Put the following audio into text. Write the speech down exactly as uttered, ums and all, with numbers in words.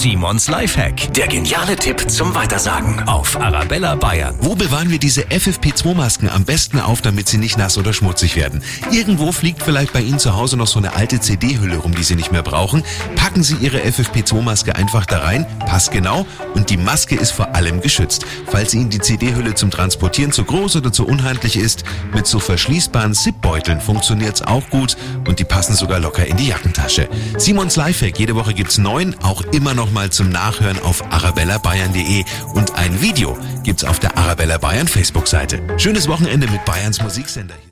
Simons Lifehack. Der geniale Tipp zum Weitersagen auf Arabella Bayern. Wo bewahren wir diese F F P zwei Masken am besten auf, damit sie nicht nass oder schmutzig werden? Irgendwo fliegt vielleicht bei Ihnen zu Hause noch so eine alte C D-Hülle rum, die Sie nicht mehr brauchen. Packen Sie Ihre F F P zwei Maske einfach da rein, passt genau, und die Maske ist vor allem geschützt. Falls Ihnen die C D-Hülle zum Transportieren zu groß oder zu unhandlich ist, mit so verschließbaren Zip-Beuteln funktioniert's auch gut und die passen sogar locker in die Jackentasche. Simons Lifehack, jede Woche gibt's neun, auch immer noch mal zum Nachhören auf arabella bayern punkt de, und ein Video gibt's auf der Arabella Bayern Facebook-Seite. Schönes Wochenende mit Bayerns Musiksender.